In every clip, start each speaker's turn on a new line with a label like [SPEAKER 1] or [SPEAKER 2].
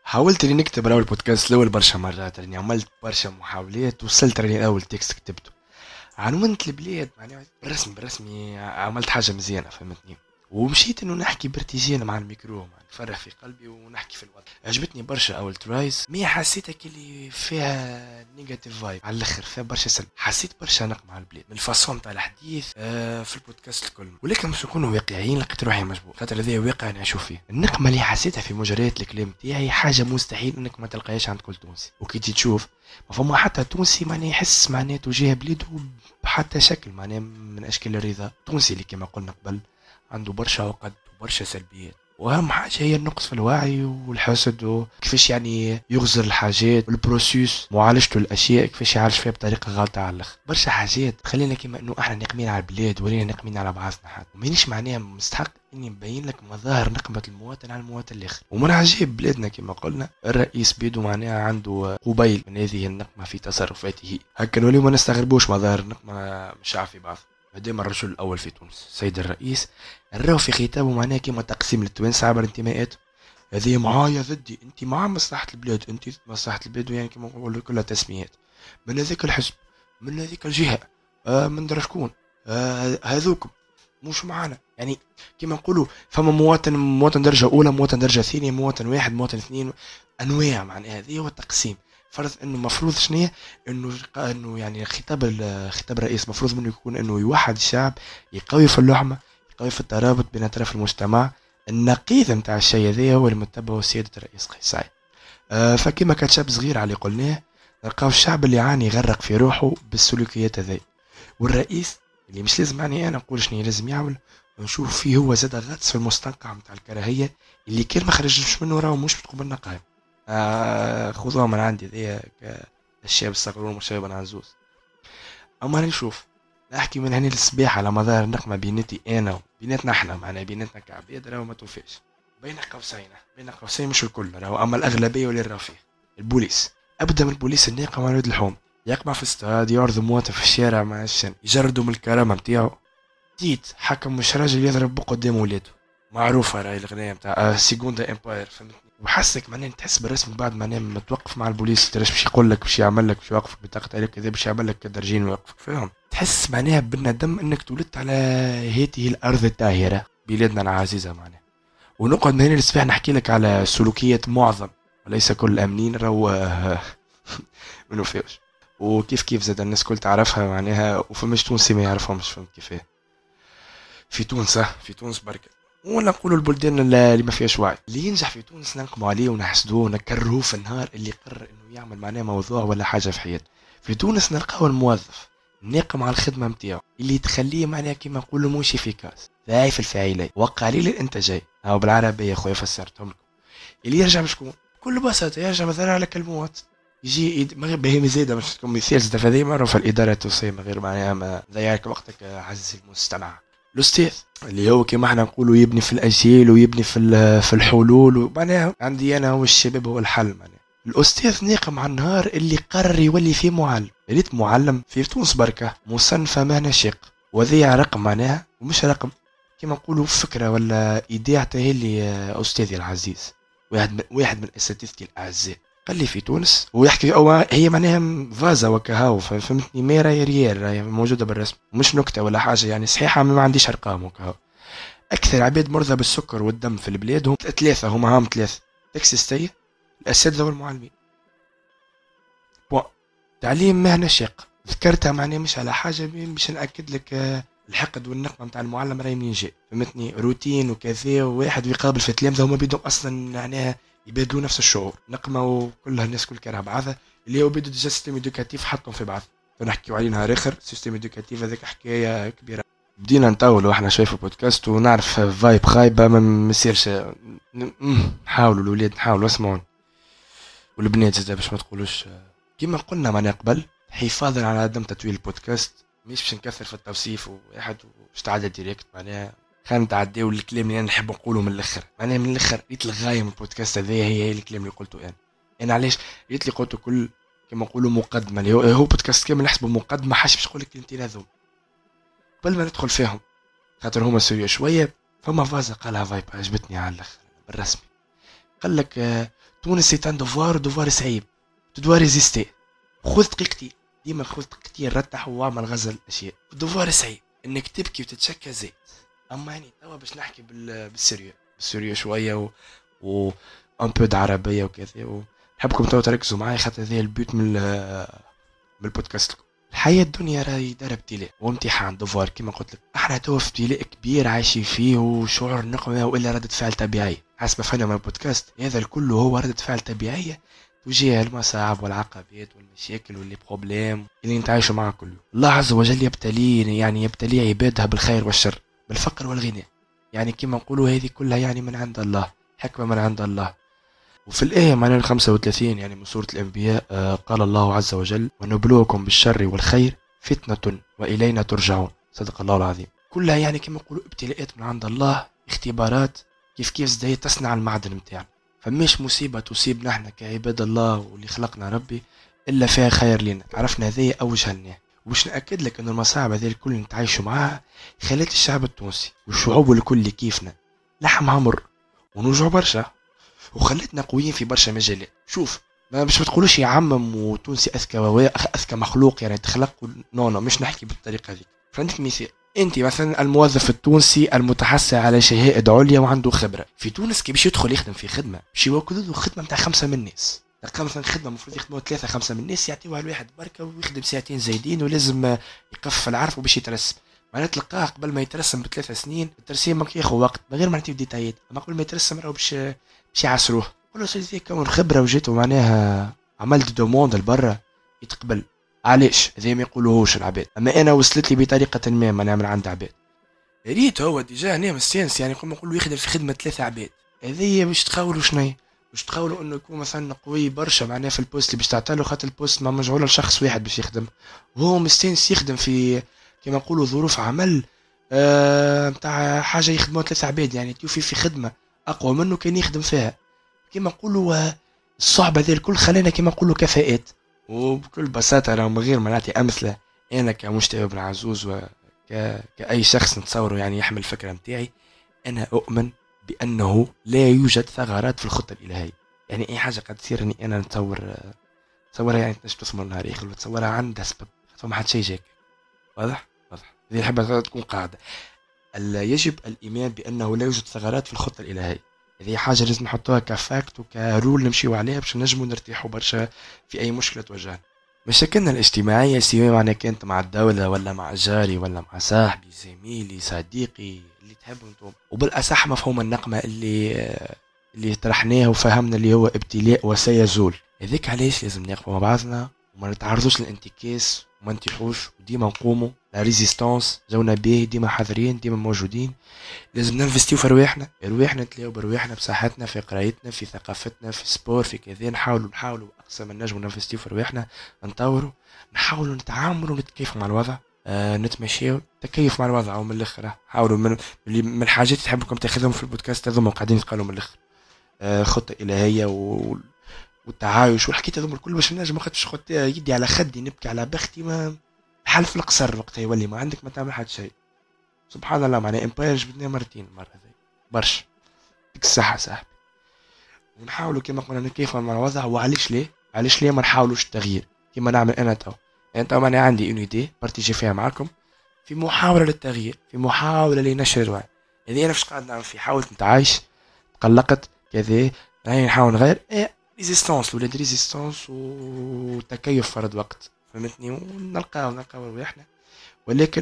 [SPEAKER 1] حاولت اني نكتب الاول بودكاست الاول برشا مرات، يعني عملت برشا محاولات، وصلت راني اول تكست كتبته عنونت البلاد معناها بالرسمي عملت حاجه مزيانه، فهمتني. ومشيت انه نحكي بارتيجين مع الميكرو، مع نفرغ في قلبي ونحكي في الوضع. عجبتني برشا اول ترايس، مي حسيتك اللي فيها نيجاتيف فايب على الاخر، فيها برشا سلب. حسيت برشا نقم على البلاد من الفاصون تاع الحديث في البودكاست الكل، ولكن مش نكونوا واقعيين، لقيت روحي مجبور خاطر هذا واقع انا اشوف فيه. النقمه اللي حسيتها في مجريات الكلام تاعي حاجه مستحيل انك ما تلقاهاش عند كل تونسي، وكي تجي تشوف ما فما حتى تونسي معناه يحس معناه تجاه بلاده بحتى شكل معناه من اشكال الرضا. تونسي اللي كما قلنا قبل عنده برشا عقد وبرشا سلبيات، واهم حاجه هي النقص في الوعي والحسد، وكيفاش يعني يغزر الحاجات والبروسيس معالجته الاشياء كيفاش يعالج فيها بطريقه غلطه على الاخر. برشا حاجات خلينا كيما انه احنا ناقمين على البلاد ولينا ناقمين على بعضنا حتى، ومانيش معناها مستحق اني نبين لك مظاهر نقمه المواطن على المواطن الاخر. ومن عجيب بلادنا كما قلنا الرئيس بيدو معناها عنده قبيل من هذه النقمه في تصرفاته، هكا نوليو ما نستغربوش مظاهر النقمه مش شعب في بعض. هديما الرجل الاول في تونس السيد الرئيس راهو في خطابه معناه كيما تقسيم للتوانسه عبر انتماءات. هذه معايا ضدي، انت مع مصلحه البلاد، انت ضد مصلحه البلاد، يعني كما نقولوا كلها تسميات من هذاك الحزب، من هذيك الجهه، من درا شكون، هذوكم مش معانا. يعني كما نقولوا فما مواطن درجه اولى، مواطن درجه ثانيه، مواطن واحد، مواطن اثنين، انواع. معناها هذه هو التقسيم. فرض انه مفروض شنية انه يعني خطاب الرئيس مفروض منه يكون انه يوحد الشعب، يقوي في اللحمه، يقوي في الترابط بين اطراف المجتمع. النقيض نتاع الشيء هذا هو اللي متبعه سيادة الرئيس قيس سعيد. فكما كان شاب صغير على اللي قلناه، نلقاو الشعب اللي يعاني يغرق في روحه بالسلوكيات هذي، والرئيس اللي مش لازم يعني انا نقول شنو لازم يعمل، نشوف فيه هو زاد غطس في المستنقع نتاع الكراهيه اللي كان ما خرجش منه راهو مش بتقبل نقاهم. خذوها من عندي ذي الشاب الصغير والشاب العزوز. اما نشوف نحكي من هنا للصباح على مدار النقمة بينتي انا وبيناتنا احنا، معناها بيناتنا كعباد راهو ما توفيش. بين قوسين مش الكل راهو، اما الاغلبيه واللي راهو فيه البوليس. ابدا من البوليس الناقم على ولد الحوم، يقمع في استاد، يعرض مواطن في الشارع مع الشن، يجردوا من الكرامه نتاعو. زيد حكم مش راجل يضرب بق قدام ولاده، معروفه راهي الاغنيه نتاع سيكوندا امباير، فهمتني. وحسك معناه تحس بالرسم بعد معناه ما توقف مع البوليس تراش باش يقول لك باش يعمل لك باش يوقفك بطاقه عليك كذا، باش يعمل لك كدرجين ويوقفك، فاهم. تحس معناها بالندم انك تولدت على هذه الارض الطاهره بلادنا العزيزه معناها. ونقعد من هنا للصباح نحكي لك على سلوكيات معظم وليس كل الامنين راهو منو فيش، وكيف كيف زاد الناس كل تعرفها معناها، وفماش تونسي ما يعرفهمش، فهمت كيفاه. في تونس بركة، ولا نقولوا البلدان اللي ما فيهاش وعي. اللي ينجح في تونس ننقموا عليه ونحسدوه ونكرهوه في النهار اللي قرر انه يعمل معناه موضوع ولا حاجه في حياته. في تونس نلقاو الموظف ناقم على الخدمه نتاعو اللي تخليه معناها كيما نقولوا موشي في كاس ضعيف الفاعلية وقليل الانتاجية، او بالعربيه يا خويا فسرتهم لكم. اللي يرجع بشكون بكل بساطه يرجع مثلا على كلمات، يجي ما بهم زيادة مش تكون مثال زاد هذه مرة في الإدارة التونسية من غير معناها ما ضيعك وقتك عزيزي المستمع. الأستاذ اللي هو كما احنا نقولوا يبني في الأجيال ويبني في الحلول، ومعناها عندي أنا والشباب هو الحل معناها. الأستاذ ناقم على النهار اللي قرر يولي فيه معلم، ريت معلم في تونس بركة مصنفة مهنة شاق، وذي رقم معناها ومش رقم كما نقولوا فكرة ولا إيديع تهلي. أستاذي العزيز واحد من أساتذتي الأعزاء قال لي في تونس ويحكي هي معناها فازا وكهاو، فهمتني، ميرا ريال راهي موجوده بالرسم مش نكته ولا حاجه يعني صحيحه، ما عنديش ارقام وكهاو. اكثر عباد مرضى بالسكر والدم في البلاد هم ثلاثه، هم ثلاثه: تاكسيستيه، الاساتذه والمعلمين. بوا تعليم مهنه شاقه ذكرتها معناها مش على حاجه باش ناكد لك الحقد والنقمه نتاع المعلم راهي منين جاي، فهمتني. روتين وكذا وواحد ويقابل في تلامذه هما بيدهم اصلا معناها يبادلوا نفس الشعور، نقمه وكلها الناس كل كارها بعضها، اللي هو بدو ديجا سيستم ادوكاتيف حطهم في بعض. فنحكيو عليه نهار اخر سيستم ادوكاتيف هذاك حكايه كبيره. بدينا نطولوا احنا شوي في البودكاست ونعرف فايب خايبه ما مسيرش. نحاولوا الاولاد نحاولوا اسمعون، والبنات زاد باش ما تقولوش كيما قلنا معنا قبل، حفاظا على عدم تطويل البودكاست. مش باش نكثر في التوصيف واحد باش تعدى ديريكت معناها، خلينا نتعداو الكلام اللي انا نحب نقوله من الاخر، معناها من الاخر ريت الغايه من البودكاست هذا هي الكلام اللي قلته انا علاش ريت لي قلته كل كما نقولوا مقدمه اللي هو بودكاست كامل نحسبه مقدمه، حاش باش نقول لك الكلمتين هذو قبل ما ندخل فيهم خاطر هما سوريا شويه. فما فازا قالها فايب عجبتني على الاخر بالرسمي، قال لك تونس سي ان دوفوار صعيب، تدوار ريزيستي. خذ دقيقتي، ديما خذ دقيقتي، رتح واعمل غزل اشياء. الدوفوار صعيب انك تبكي وتتشكى زيت. اما يعني توا باش نحكي بالسوريا شويه و ان بو عربيه وكذا. نحبكم توا تركزوا معايا خاطر هذا البيوت من البودكاست لكم. الحياة الدنيا راهي دار ابتلاء وامتحان دوفوار كما قلت لك. احنا توا في ابتلاء كبير عايشين فيه، وشعور نقمة والا ردة فعل طبيعية حسب فهم البودكاست. هذا الكل هو ردة فعل طبيعية تجاه المصاعب والعقبات والمشاكل واللي بروبليم اللي نتعايشوا معها كله. الله عز وجل يبتلي، يعني يبتلي عباده بالخير والشر، بالفقر والغنى. يعني كما نقولوا هذه كلها يعني من عند الله، حكمة من عند الله. وفي الآية معناها 35 يعني من سورة الأنبياء قال الله عز وجل: ونبلوكم بالشر والخير فتنة وإلينا ترجعون. صدق الله العظيم. كلها يعني كما نقولوا ابتلاءات من عند الله، اختبارات. كيف زي تصنع المعدن متاعنا. فماش مصيبة تصيبنا احنا كعباد الله واللي خلقنا ربي إلا فيها خير لنا. عرفنا هذه أوجه لنا. وش نأكد لك أن المصاعب هذه الكل اللي نتعايشوا معها خلت الشعب التونسي والشعوب الكل اللي كيفنا لحمها مر ونوجعوا برشا، وخلتنا قويين في برشا مجالات. شوف، ما مش بتقولوش يعمم وتونسي اذكى مخلوق يعني تخلق. نو مش نحكي بالطريقه هذيك. فعندك مثال، انت مثلا الموظف التونسي المتحصل على شهادة عليا وعنده خبره في تونس، كي باش يدخل يخدم في خدمه باش يوكلوا له خدمه نتاع 5 من الناس. مثلا خدمه المفروض يخدموا 3-5 من الناس، يعطيوها لواحد بركه ويخدم ساعتين زايدين ولازم يقف العرف وباش يترسم. معناتها تلقاه قبل ما يترسم ب3 سنين الترسيم ماك ياخذ وقت من غير ما نعطيو ديتايات. اما قبل ما يترسم راهو باش يعسروه. قولوا سيدي كون خبره وجيتو معناها عملت دوموند لبرا يتقبل. علاش زي ما يقولوهوش العباد. اما انا وصلت لي بطريقه ما نعمل عند عباد. ريت هو ديجا هنا مستانس يعني كما نقولوا يخدم في خدمه 3 عباد. هذه باش تخاولوا شنو، باش تخاولوا انه يكون مثلا قوي برشا معناها في البوست اللي باش تعطيله، خاطر البوست ما مجعول لشخص واحد باش يخدم، وهو مستانس يخدم في كما نقولوا ظروف عمل نتاع حاجه يخدموا 3 عباد. يعني توفي في خدمه اقوى منه كان يخدم فيها. كما نقولوا الصعب هذا الكل خلينا كما نقولوا كفاءات. وبكل بساطه راه من غير ما نعطي امثله، انا كمجتمع بن عزوز كأي شخص نتصوره يعني يحمل الفكرة متاعي، أنا أؤمن بأنه لا يوجد ثغرات في الخطة الإلهية. يعني أي حاجة قد تصير أني أنا نتصورها يعني تنجم تصمر نهار يخل وتصورها عندها سبب، فما حد شيء جاك. واضح هذه الحبة تكون قاعدة. يجب الإيمان بأنه لا يوجد ثغرات في الخطة الإلهية. هذه حاجة لازم نحطوها كفاكت وكرول نمشيو عليها باش نجمو نرتاحوا برشا في أي مشكلة تواجهنا. مشاكلنا الاجتماعية سواء معناها كانت مع الدولة ولا مع جاري ولا مع صاحبي زميلي صديقي اللي تحبوا انتم، وبالأصح مفهوم النقمة اللي طرحناه وفهمنا اللي هو ابتلاء وسيزول. هذيك علاش لازم نقف مع بعضنا وما نتعرضوش للانتكاس وما نتيحوش، وديما نقوموا لا ريزيستانس جونا بيه، ديما حاضرين ديما موجودين. لازم ننفستيو في رواحنا نتلاقوا برواحنا بصحتنا، في قرايتنا، في ثقافتنا، في سبور، في كذا. نحاولوا اقصى ما نجموا ننفستيو في رواحنا، نطوروا، نحاولوا نتعاملوا ونتكيفوا مع الوضع. نتمشيو تكيف مع الوضع. ومن الاخر حاولوا من الحاجات اللي تحبكم تاخذهم في البودكاست هذوما قاعدين يتقالوا من الاخر خطه الهيه والتعايش والحكايات هذوما الكل باش نجم. ما خدتش خد يدي على خدي نبكي على بختي، ما الحل في القصر وقتها يولي ما عندك ما تعمل حد شيء. سبحان الله معناها امباير جبدنا مرتين المره هذه برشا. ديك الصحه صاحبي. ونحاولوا كما قلنا نكيفوا مع الوضع. وعلاش ليه ما نحاولوش التغيير كما نعمل انا تو. انت انا عندي اون ايدي بارتيجي فيها معكم في محاوله للتغيير، في محاوله لنشر الوعي. هذه انا فاش قاعد نعمل فيه. حاولت نتعايش، تقلقت كذا، يعني نحاول نغير ريزيستانس ولاد ريزيستانس وتكيف فرض وقت، فهمتني. ونلقاو رواحنا. ولكن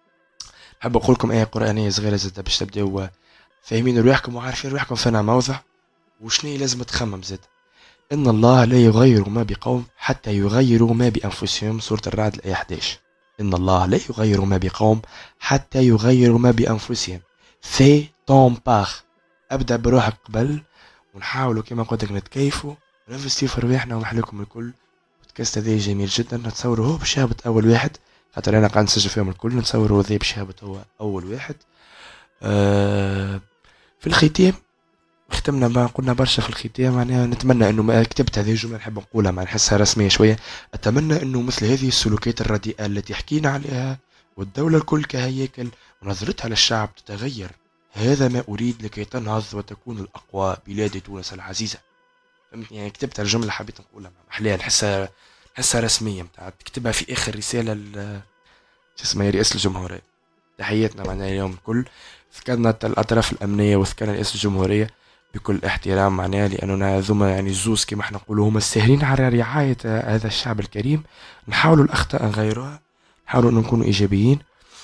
[SPEAKER 1] حاب نقول لكم آية قرآنية صغيرة زادة باش تبداو فاهمين رواحكم وعارفين رواحكم فينا موضع وشنو لازم تخمم زاد. إن الله لا يغير ما بقوم حتى يغيروا ما بأنفسهم. سورة الرعد الآية 11. إن الله لا يغير ما بقوم حتى يغيروا ما بأنفسهم. في طون باخ. أبدأ بروحك قبل، ونحاولوا كما قلت لك نتكيفوا وننفستيو في رواحنا ونحليكم الكل. بودكاست هذا جميل جدا. نتصوروا هو باش يهبط أول واحد، خاطر أنا قاعد نسجل فيهم الكل. نتصوروا ذي باش يهبط هو أول واحد. في الختام ختمنا ما قلنا برشا في الختام. معناها نتمنى انه ما كتبت هذه الجمله نحب نقولها ما نحسها رسميه شويه. اتمنى انه مثل هذه السلوكيات الرديئه التي حكينا عليها والدوله الكل كهيكل ونظرتها للشعب تتغير. هذا ما اريد لكي تنهض وتكون الاقوى بلاد تونس العزيزه. فهمتني؟ يعني كتبت الجملة حبيت نقولها محليها، نحسها رسمية متاع تكتبها في آخر رسالة شو اسمها يا رئاسة الجمهورية. تحياتنا معناها اليوم الكل، ذكرنا الأطراف الأمنية وذكرنا رئاسة الجمهورية بكل احترام معناها، لأننا ذوما يعني الزوز كما احنا نقولوا هما الساهرين على رعاية هذا الشعب الكريم. نحاولوا الأخطاء نغيروها، نحاولوا أن نكونوا إيجابيين.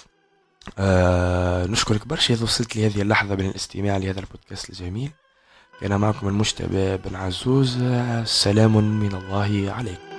[SPEAKER 1] نشكرك برشا إذا وصلت لهذه اللحظة من الاستماع لهذا البودكاست الجميل. كان معكم المجتبى بن عزوز. سلام من الله عليكم.